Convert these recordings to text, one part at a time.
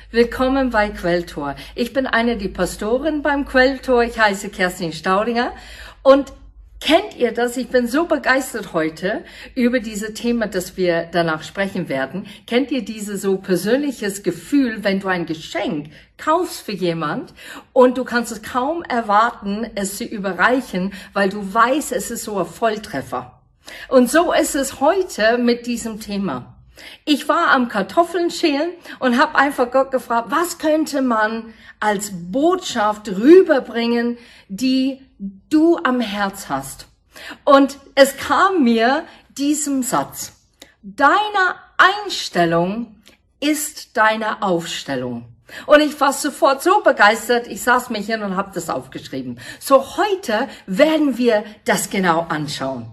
Willkommen bei Quelltor. Ich bin eine der Pastoren beim Quelltor. Ich heiße Kerstin Staudinger. Und kennt ihr das? Ich bin so begeistert heute über dieses Thema, das wir danach sprechen werden. Kennt ihr dieses so persönliches Gefühl, wenn du ein Geschenk kaufst für jemand und du kannst es kaum erwarten, es zu überreichen, weil du weißt, es ist so ein Volltreffer. Und so ist es heute mit diesem Thema. Ich war am Kartoffeln schälen und habe einfach Gott gefragt, was könnte man als Botschaft rüberbringen, die du am Herz hast. Und es kam mir diesem Satz: Deine Einstellung ist deine Aufstellung. Und ich war sofort so begeistert, ich saß mich hin und habe das aufgeschrieben. So heute werden wir das genau anschauen.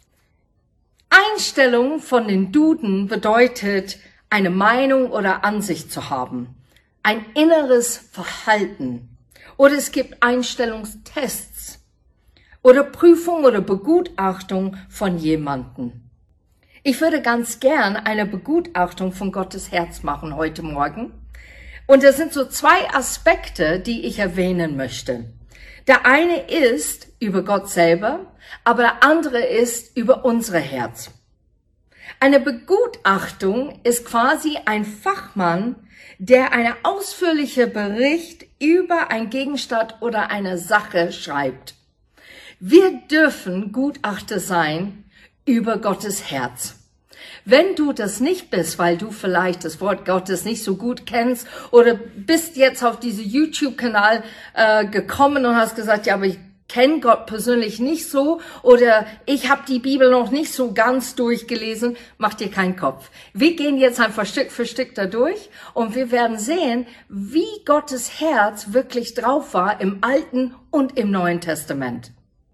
Einstellung von den Duden bedeutet, eine Meinung oder Ansicht zu haben, ein inneres Verhalten. Oder es gibt Einstellungstests oder Prüfung oder Begutachtung von jemandem. Ich würde ganz gern eine Begutachtung von Gottes Herz machen heute Morgen. Und das sind so zwei Aspekte, die ich erwähnen möchte. Der eine ist über Gott selber, aber der andere ist über unser Herz. Eine Begutachtung ist quasi ein Fachmann, der einen ausführlichen Bericht über einen Gegenstand oder eine Sache schreibt. Wir dürfen Gutachter sein über Gottes Herz. Wenn du das nicht bist, weil du vielleicht das Wort Gottes nicht so gut kennst oder bist jetzt auf diesen YouTube-Kanal gekommen und hast gesagt, ja, aber ich kenne Gott persönlich nicht so oder ich habe die Bibel noch nicht so ganz durchgelesen, mach dir keinen Kopf. Wir gehen jetzt einfach Stück für Stück da durch und wir werden sehen, wie Gottes Herz wirklich drauf war im Alten und im Neuen Testament.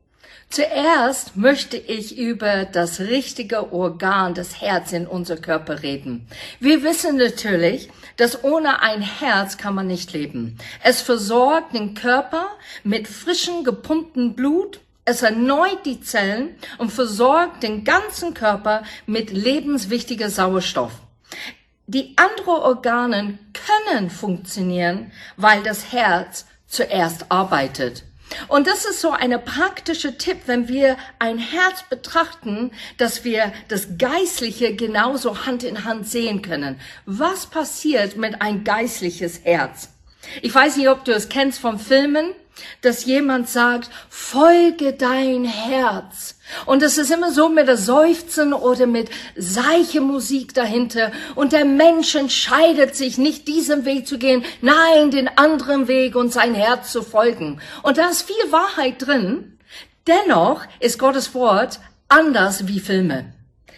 Zuerst möchte ich über das richtige Organ, das Herz in unser Körper reden. Wir wissen natürlich, dass ohne ein Herz kann man nicht leben. Es versorgt den Körper mit frischem, gepumptem Blut, es erneuert die Zellen und versorgt den ganzen Körper mit lebenswichtiger Sauerstoff. Die anderen Organe können funktionieren, weil das Herz zuerst arbeitet. Und das ist so eine praktische Tipp, wenn wir ein Herz betrachten, dass wir das Geistliche genauso Hand in Hand sehen können. Was passiert mit ein geistliches Herz? Ich weiß nicht, ob du es kennst von Filmen, dass jemand sagt, folge dein Herz. Und es ist immer so mit der Seufzen oder mit seiche Musik dahinter. Und der Mensch entscheidet sich nicht, diesen Weg zu gehen, nein, den anderen Weg und sein Herz zu folgen. Und da ist viel Wahrheit drin. Dennoch ist Gottes Wort anders wie Filme.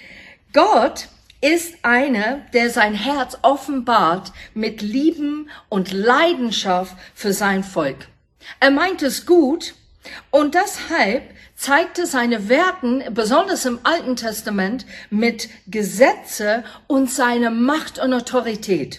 Gott ist einer, der sein Herz offenbart mit Lieben und Leidenschaft für sein Volk. Er meint es gut und deshalb zeigte seine Werten, besonders im Alten Testament, mit Gesetze und seine Macht und Autorität.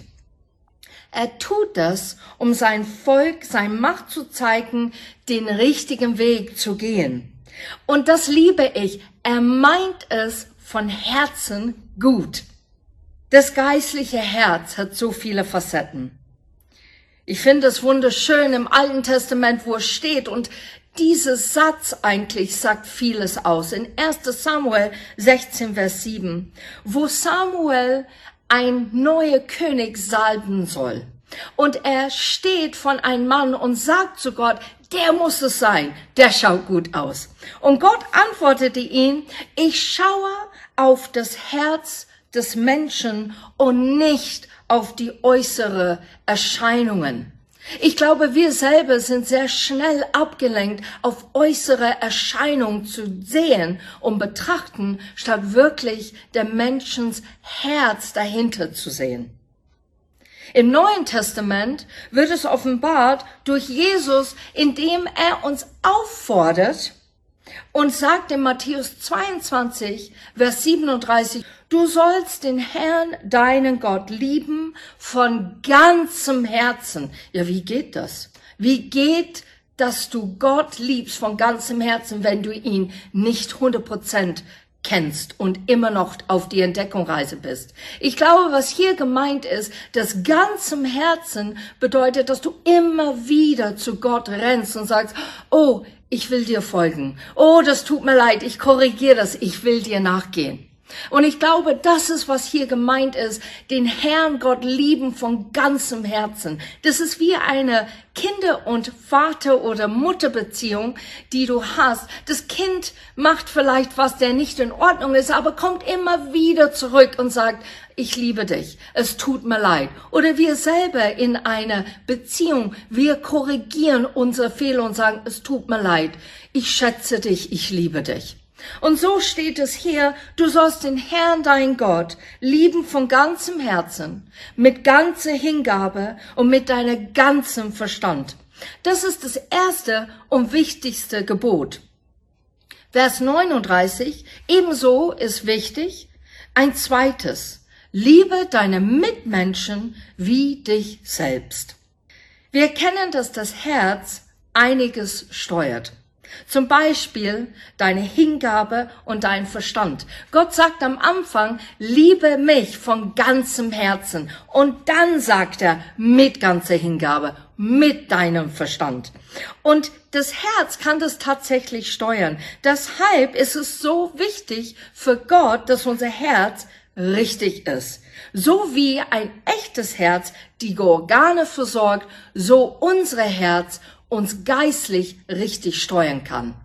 Er tut das, um sein Volk, seine Macht zu zeigen, den richtigen Weg zu gehen. Und das liebe ich. Er meint es von Herzen gut. Das geistliche Herz hat so viele Facetten. Ich finde es wunderschön im Alten Testament, wo es steht, und dieser Satz eigentlich sagt vieles aus. In 1. Samuel 16, Vers 7, wo Samuel ein neuer König salben soll. Und er steht von einem Mann und sagt zu Gott, der muss es sein, der schaut gut aus. Und Gott antwortete ihm, ich schaue auf das Herz des Menschen und nicht auf die äußere Erscheinungen. Ich glaube, wir selber sind sehr schnell abgelenkt, auf äußere Erscheinungen zu sehen und betrachten, statt wirklich der Menschens Herz dahinter zu sehen. Im Neuen Testament wird es offenbart durch Jesus, indem er uns auffordert und sagt in Matthäus 22, Vers 37, du sollst den Herrn, deinen Gott, lieben von ganzem Herzen. Ja, wie geht das? Wie geht, dass du Gott liebst von ganzem Herzen, wenn du ihn nicht 100% kennst und immer noch auf die Entdeckungsreise bist. Ich glaube, was hier gemeint ist, das ganzem Herzen bedeutet, dass du immer wieder zu Gott rennst und sagst, oh, ich will dir folgen. Oh, das tut mir leid, ich korrigiere das, ich will dir nachgehen. Und ich glaube, das ist, was hier gemeint ist, den Herrn Gott lieben von ganzem Herzen. Das ist wie eine Kinder- und Vater- oder Mutterbeziehung, die du hast. Das Kind macht vielleicht was, der nicht in Ordnung ist, aber kommt immer wieder zurück und sagt, ich liebe dich, es tut mir leid. Oder wir selber in einer Beziehung, wir korrigieren unsere Fehler und sagen, es tut mir leid, ich schätze dich, ich liebe dich. Und so steht es hier, du sollst den Herrn, dein Gott, lieben von ganzem Herzen, mit ganzer Hingabe und mit deinem ganzen Verstand. Das ist das erste und wichtigste Gebot. Vers 39, ebenso ist wichtig, ein zweites, liebe deine Mitmenschen wie dich selbst. Wir erkennen, dass das Herz einiges steuert. Zum Beispiel deine Hingabe und dein Verstand. Gott sagt am Anfang, liebe mich von ganzem Herzen. Und dann sagt er, mit ganzer Hingabe, mit deinem Verstand. Und das Herz kann das tatsächlich steuern. Deshalb ist es so wichtig für Gott, dass unser Herz richtig ist. So wie ein echtes Herz die Organe versorgt, so unser Herz uns geistlich richtig steuern kann.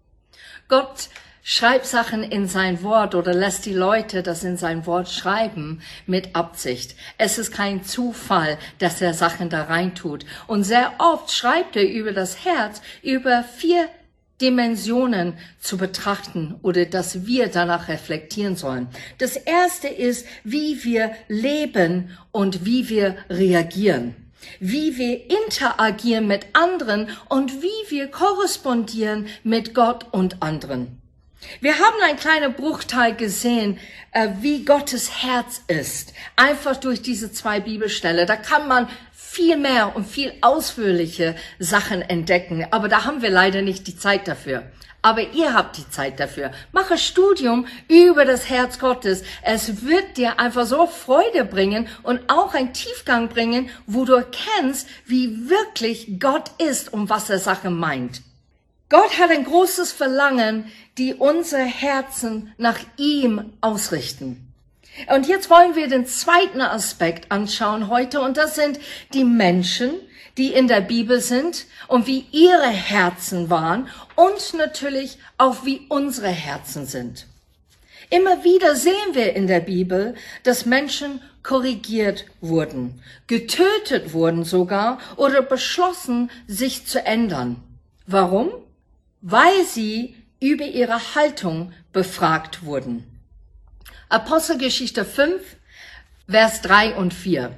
Gott schreibt Sachen in sein Wort oder lässt die Leute das in sein Wort schreiben mit Absicht. Es ist kein Zufall, dass er Sachen da reintut. Und sehr oft schreibt er über das Herz, über 4 Dimensionen zu betrachten oder dass wir danach reflektieren sollen. Das erste ist, wie wir leben und wie wir reagieren. Wie wir interagieren mit anderen und wie wir korrespondieren mit Gott und anderen. Wir haben einen kleinen Bruchteil gesehen, wie Gottes Herz ist. Einfach durch diese 2 Bibelstellen. Da kann man viel mehr und viel ausführliche Sachen entdecken. Aber da haben wir leider nicht die Zeit dafür. Aber ihr habt die Zeit dafür. Mach ein Studium über das Herz Gottes. Es wird dir einfach so Freude bringen und auch einen Tiefgang bringen, wo du erkennst, wie wirklich Gott ist und was er Sachen meint. Gott hat ein großes Verlangen, die unsere Herzen nach ihm ausrichten. Und jetzt wollen wir den zweiten Aspekt anschauen heute, und das sind die Menschen, die in der Bibel sind und wie ihre Herzen waren und natürlich auch wie unsere Herzen sind. Immer wieder sehen wir in der Bibel, dass Menschen korrigiert wurden, getötet wurden sogar oder beschlossen, sich zu ändern. Warum? Weil sie über ihre Haltung befragt wurden. Apostelgeschichte 5, Vers 3 und 4.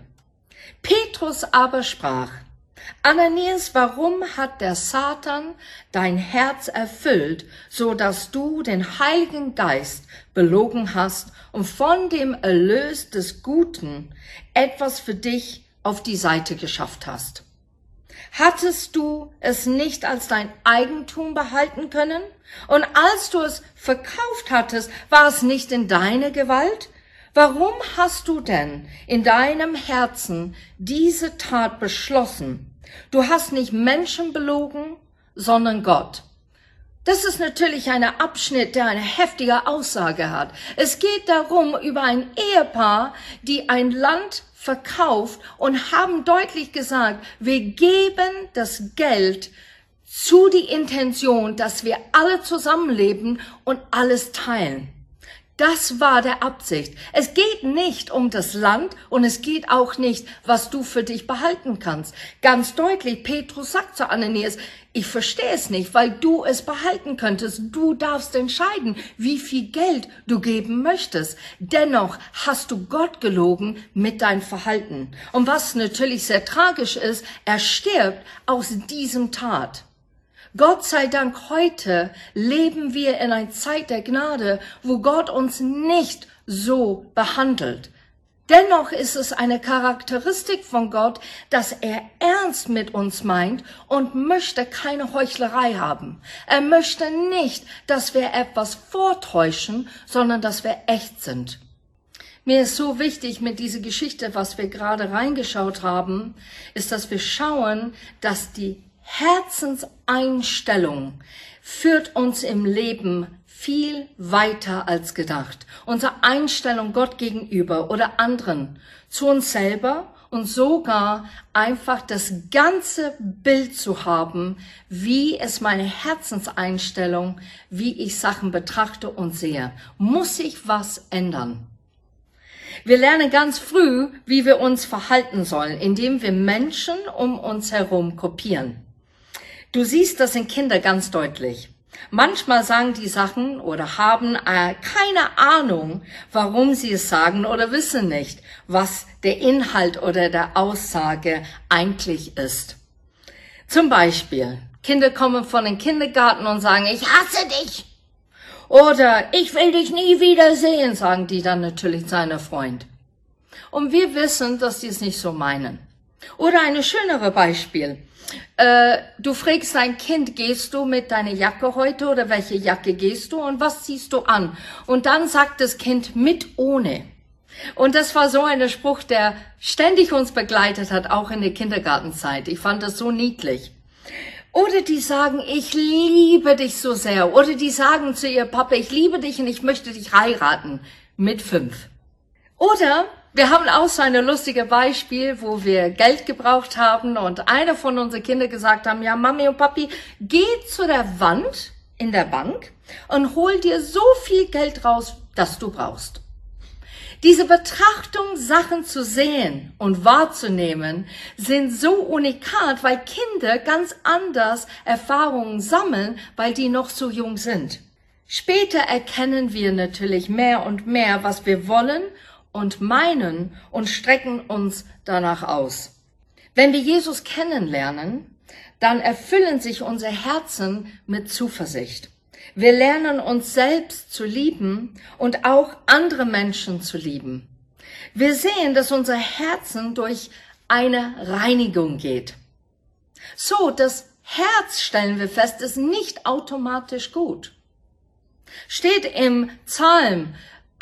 Petrus aber sprach, Ananias, warum hat der Satan dein Herz erfüllt, so dass du den Heiligen Geist belogen hast und von dem Erlös des Guten etwas für dich auf die Seite geschafft hast? Hattest du es nicht als dein Eigentum behalten können? Und als du es verkauft hattest, war es nicht in deiner Gewalt? Warum hast du denn in deinem Herzen diese Tat beschlossen? Du hast nicht Menschen belogen, sondern Gott. Das ist natürlich ein Abschnitt, der eine heftige Aussage hat. Es geht darum, über ein Ehepaar, die ein Land verkauft und haben deutlich gesagt, wir geben das Geld zu die Intention, dass wir alle zusammenleben und alles teilen. Das war der Absicht. Es geht nicht um das Land und es geht auch nicht, was du für dich behalten kannst. Ganz deutlich, Petrus sagt zu Ananias, ich verstehe es nicht, weil du es behalten könntest. Du darfst entscheiden, wie viel Geld du geben möchtest. Dennoch hast du Gott gelogen mit deinem Verhalten. Und was natürlich sehr tragisch ist, er stirbt aus diesem Tat. Gott sei Dank, heute leben wir in einer Zeit der Gnade, wo Gott uns nicht so behandelt. Dennoch ist es eine Charakteristik von Gott, dass er ernst mit uns meint und möchte keine Heuchlerei haben. Er möchte nicht, dass wir etwas vortäuschen, sondern dass wir echt sind. Mir ist so wichtig mit dieser Geschichte, was wir gerade reingeschaut haben, ist, dass wir schauen, dass die Herzenseinstellung führt uns im Leben viel weiter als gedacht. Unsere Einstellung Gott gegenüber oder anderen, zu uns selber und sogar einfach das ganze Bild zu haben, wie ist meine Herzenseinstellung, wie ich Sachen betrachte und sehe. Muss sich was ändern? Wir lernen ganz früh, wie wir uns verhalten sollen, indem wir Menschen um uns herum kopieren. Du siehst das in Kindern ganz deutlich. Manchmal sagen die Sachen oder haben keine Ahnung, warum sie es sagen oder wissen nicht, was der Inhalt oder der Aussage eigentlich ist. Zum Beispiel, Kinder kommen von den Kindergarten und sagen, ich hasse dich. Oder ich will dich nie wiedersehen, sagen die dann natürlich seiner Freund. Und wir wissen, dass die es nicht so meinen. Oder ein schöneres Beispiel. Du fragst dein Kind, gehst du mit deiner Jacke heute oder welche Jacke gehst du und was ziehst du an? Und dann sagt das Kind mit ohne. Und das war so ein Spruch, der ständig uns begleitet hat, auch in der Kindergartenzeit. Ich fand das so niedlich. Oder die sagen, ich liebe dich so sehr. Oder die sagen zu ihr Papa, ich liebe dich und ich möchte dich heiraten. Mit 5. Oder wir haben auch so ein lustiges Beispiel, wo wir Geld gebraucht haben und einer von unseren Kindern gesagt haben, ja, Mami und Papi, geh zu der Wand in der Bank und hol dir so viel Geld raus, das du brauchst. Diese Betrachtung, Sachen zu sehen und wahrzunehmen, sind so unikat, weil Kinder ganz anders Erfahrungen sammeln, weil die noch so jung sind. Später erkennen wir natürlich mehr und mehr, was wir wollen und meinen und strecken uns danach aus. Wenn wir Jesus kennenlernen, dann erfüllen sich unsere Herzen mit Zuversicht. Wir lernen uns selbst zu lieben und auch andere Menschen zu lieben. Wir sehen, dass unser Herzen durch eine Reinigung geht. So, das Herz, stellen wir fest, ist nicht automatisch gut. Steht im Psalm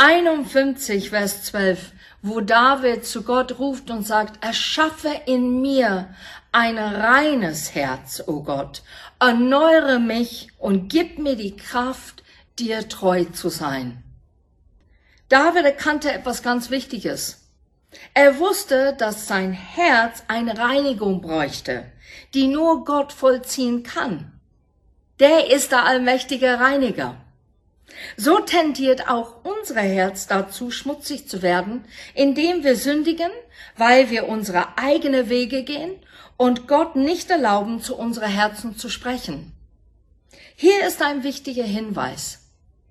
51, Vers 12, wo David zu Gott ruft und sagt, erschaffe in mir ein reines Herz, o Gott, erneuere mich und gib mir die Kraft, dir treu zu sein. David erkannte etwas ganz Wichtiges. Er wusste, dass sein Herz eine Reinigung bräuchte, die nur Gott vollziehen kann. Der ist der allmächtige Reiniger. So tendiert auch unser Herz dazu, schmutzig zu werden, indem wir sündigen, weil wir unsere eigenen Wege gehen und Gott nicht erlauben, zu unseren Herzen zu sprechen. Hier ist ein wichtiger Hinweis.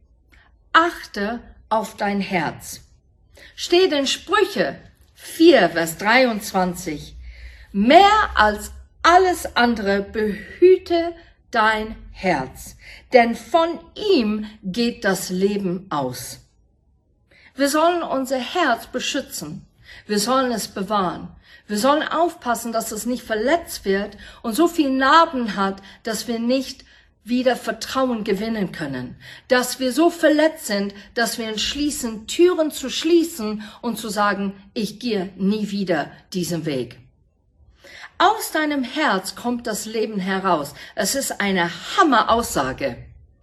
Achte auf dein Herz. Steht in Sprüche 4, Vers 23. Mehr als alles andere behüte dein Herz, denn von ihm geht das Leben aus. Wir sollen unser Herz beschützen. Wir sollen es bewahren. Wir sollen aufpassen, dass es nicht verletzt wird und so viel Narben hat, dass wir nicht wieder Vertrauen gewinnen können. Dass wir so verletzt sind, dass wir entschließen, Türen zu schließen und zu sagen, ich gehe nie wieder diesen Weg. Aus deinem Herz kommt das Leben heraus. Es ist eine Hammeraussage.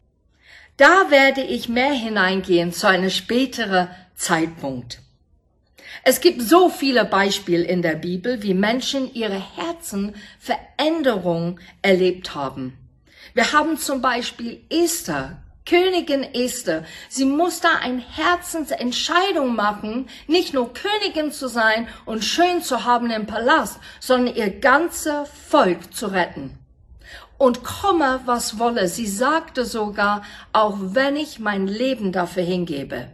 Da werde ich mehr hineingehen zu einem späteren Zeitpunkt. Es gibt so viele Beispiele in der Bibel, wie Menschen ihre Herzenveränderung erlebt haben. Wir haben zum Beispiel Esther, Königin Esther. Sie musste eine Herzensentscheidung machen, nicht nur Königin zu sein und schön zu haben im Palast, sondern ihr ganzes Volk zu retten. Und komme, was wolle. Sie sagte sogar, auch wenn ich mein Leben dafür hingebe.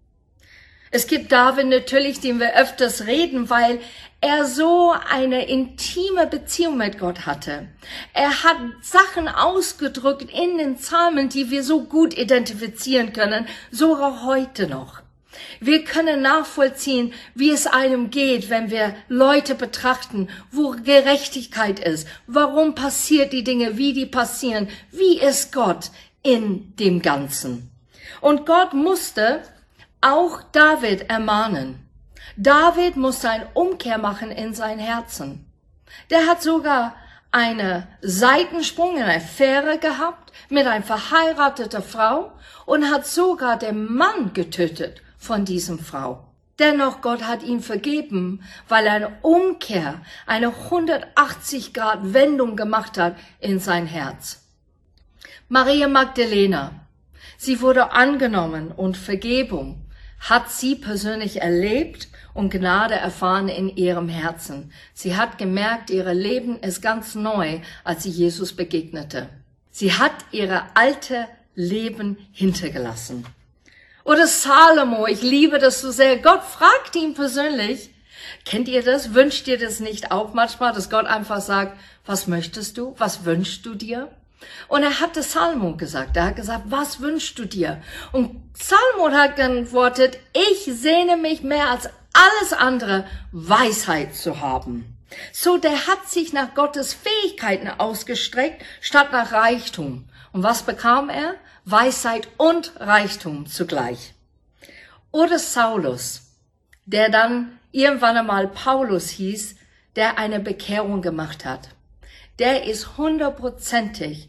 Es gibt David natürlich, den wir öfters reden, weil er so eine intime Beziehung mit Gott hatte. Er hat Sachen ausgedrückt in den Psalmen, die wir so gut identifizieren können, sogar heute noch. Wir können nachvollziehen, wie es einem geht, wenn wir Leute betrachten, wo Gerechtigkeit ist. Warum passiert die Dinge, wie die passieren? Wie ist Gott in dem Ganzen? Und Gott musste auch David ermahnen. David musste eine Umkehr machen in sein Herzen. Der hat sogar einen Seitensprung in eine Fähre gehabt mit einer verheirateten Frau und hat sogar den Mann getötet von diesem Frau. Dennoch, Gott hat ihn vergeben, weil er eine Umkehr, eine 180-Grad-Wendung gemacht hat in sein Herz. Maria Magdalena, sie wurde angenommen und Vergebung hat sie persönlich erlebt und Gnade erfahren in ihrem Herzen. Sie hat gemerkt, ihr Leben ist ganz neu, als sie Jesus begegnete. Sie hat ihr alte Leben hintergelassen. Oder Salomo, ich liebe das so sehr. Gott fragt ihn persönlich, kennt ihr das? Wünscht ihr das nicht auch manchmal, dass Gott einfach sagt, was möchtest du? Was wünschst du dir? Und er hat das Salomo gesagt. Er hat gesagt, was wünschst du dir? Und Salomo hat geantwortet, ich sehne mich mehr als alles andere, Weisheit zu haben. So, der hat sich nach Gottes Fähigkeiten ausgestreckt, statt nach Reichtum. Und was bekam er? Weisheit und Reichtum zugleich. Oder Saulus, der dann irgendwann einmal Paulus hieß, der eine Bekehrung gemacht hat. Der ist 100%ig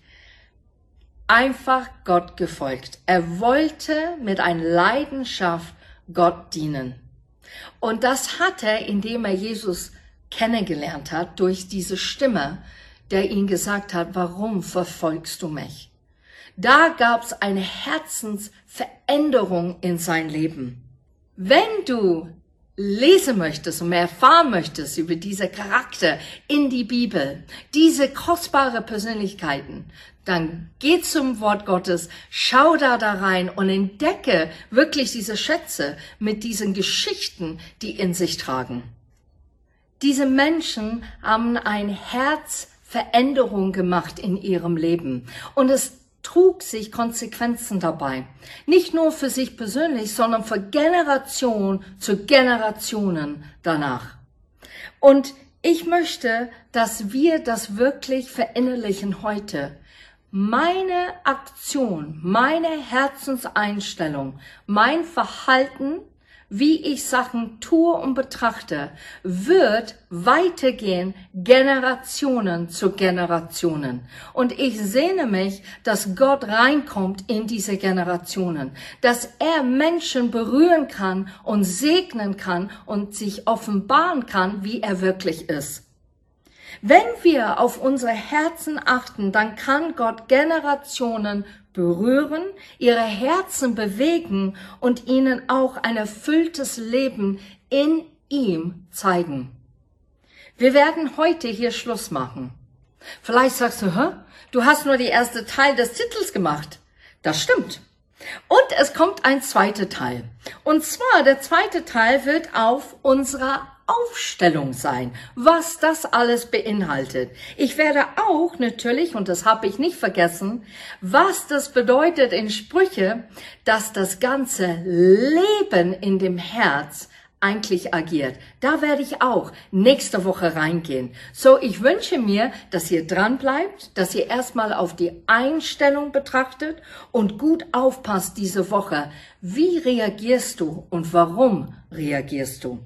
einfach Gott gefolgt. Er wollte mit einer Leidenschaft Gott dienen. Und das hat er, indem er Jesus kennengelernt hat, durch diese Stimme, der ihm gesagt hat, warum verfolgst du mich? Da gab es eine Herzensveränderung in sein Leben. Wenn du lesen möchtest und mehr erfahren möchtest über diese Charakter in die Bibel, diese kostbare Persönlichkeiten, dann geh zum Wort Gottes, schau da rein und entdecke wirklich diese Schätze mit diesen Geschichten, die in sich tragen. Diese Menschen haben eine Herzveränderung gemacht in ihrem Leben und es trug sich Konsequenzen dabei. Nicht nur für sich persönlich, sondern für Generation zu Generationen danach. Und ich möchte, dass wir das wirklich verinnerlichen heute. Meine Aktion, meine Herzenseinstellung, mein Verhalten, wie ich Sachen tue und betrachte, wird weitergehen Generationen zu Generationen. Und ich sehne mich, dass Gott reinkommt in diese Generationen, dass er Menschen berühren kann und segnen kann und sich offenbaren kann, wie er wirklich ist. Wenn wir auf unsere Herzen achten, dann kann Gott Generationen berühren, ihre Herzen bewegen und ihnen auch ein erfülltes Leben in ihm zeigen. Wir werden heute hier Schluss machen. Vielleicht sagst du, du hast nur die erste Teil des Titels gemacht. Das stimmt. Und es kommt ein zweiter Teil. Und zwar, der zweite Teil wird auf unserer Aufstellung sein, was das alles beinhaltet. Ich werde auch natürlich, und das habe ich nicht vergessen, was das bedeutet in Sprüche, dass das ganze Leben in dem Herz eigentlich agiert. Da werde ich auch nächste Woche reingehen. So, ich wünsche mir, dass ihr dran bleibt, dass ihr erstmal auf die Einstellung betrachtet und gut aufpasst diese Woche. Wie reagierst du und warum reagierst du?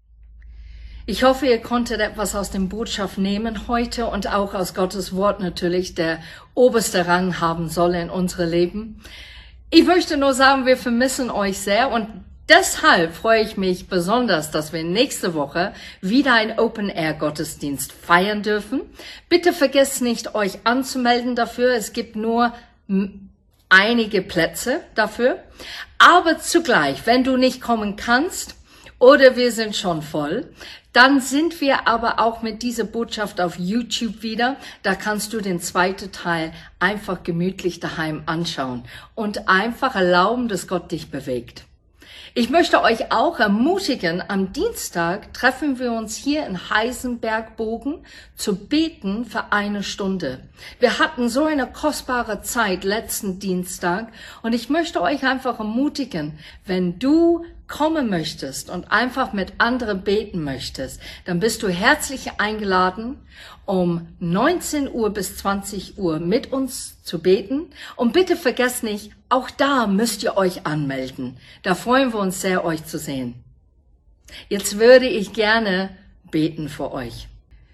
Ich hoffe, ihr konntet etwas aus dem Botschaft nehmen heute und auch aus Gottes Wort natürlich, der oberste Rang haben soll in unserem Leben. Ich möchte nur sagen, wir vermissen euch sehr und deshalb freue ich mich besonders, dass wir nächste Woche wieder einen Open-Air-Gottesdienst feiern dürfen. Bitte vergesst nicht, euch anzumelden dafür. Es gibt nur einige Plätze dafür. Aber zugleich, wenn du nicht kommen kannst oder wir sind schon voll, dann sind wir aber auch mit dieser Botschaft auf YouTube wieder. Da kannst du den zweiten Teil einfach gemütlich daheim anschauen und einfach erlauben, dass Gott dich bewegt. Ich möchte euch auch ermutigen, am Dienstag treffen wir uns hier in Heisenbergbogen zu beten für 1 Stunde. Wir hatten so eine kostbare Zeit letzten Dienstag und ich möchte euch einfach ermutigen, wenn du kommen möchtest und einfach mit anderen beten möchtest, dann bist du herzlich eingeladen, um 19 Uhr bis 20 Uhr mit uns zu beten. Und bitte vergesst nicht, auch da müsst ihr euch anmelden. Da freuen wir uns sehr, euch zu sehen. Jetzt würde ich gerne beten für euch.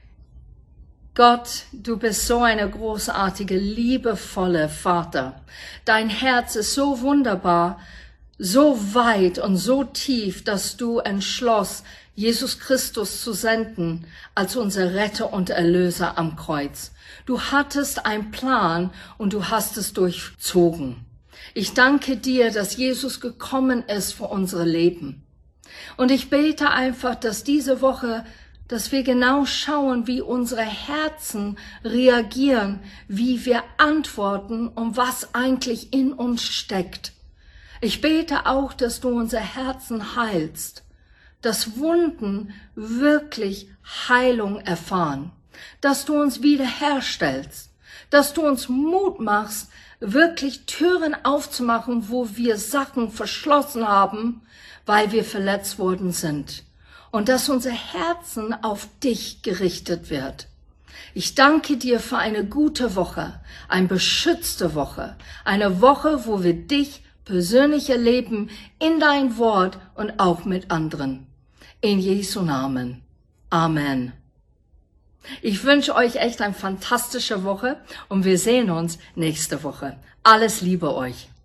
Gott, du bist so eine großartige, liebevolle Vater. Dein Herz ist so wunderbar, so weit und so tief, dass du entschloss, Jesus Christus zu senden als unser Retter und Erlöser am Kreuz. Du hattest einen Plan und du hast es durchzogen. Ich danke dir, dass Jesus gekommen ist für unsere Leben. Und ich bete einfach, dass diese Woche, dass wir genau schauen, wie unsere Herzen reagieren, wie wir antworten und was eigentlich in uns steckt. Ich bete auch, dass du unser Herzen heilst, dass Wunden wirklich Heilung erfahren, dass du uns wiederherstellst, dass du uns Mut machst, wirklich Türen aufzumachen, wo wir Sachen verschlossen haben, weil wir verletzt worden sind, und dass unser Herzen auf dich gerichtet wird. Ich danke dir für eine gute Woche, eine beschützte Woche, eine Woche, wo wir dich persönlich erleben in dein Wort und auch mit anderen. In Jesu Namen. Amen. Ich wünsche euch echt eine fantastische Woche und wir sehen uns nächste Woche. Alles Liebe euch.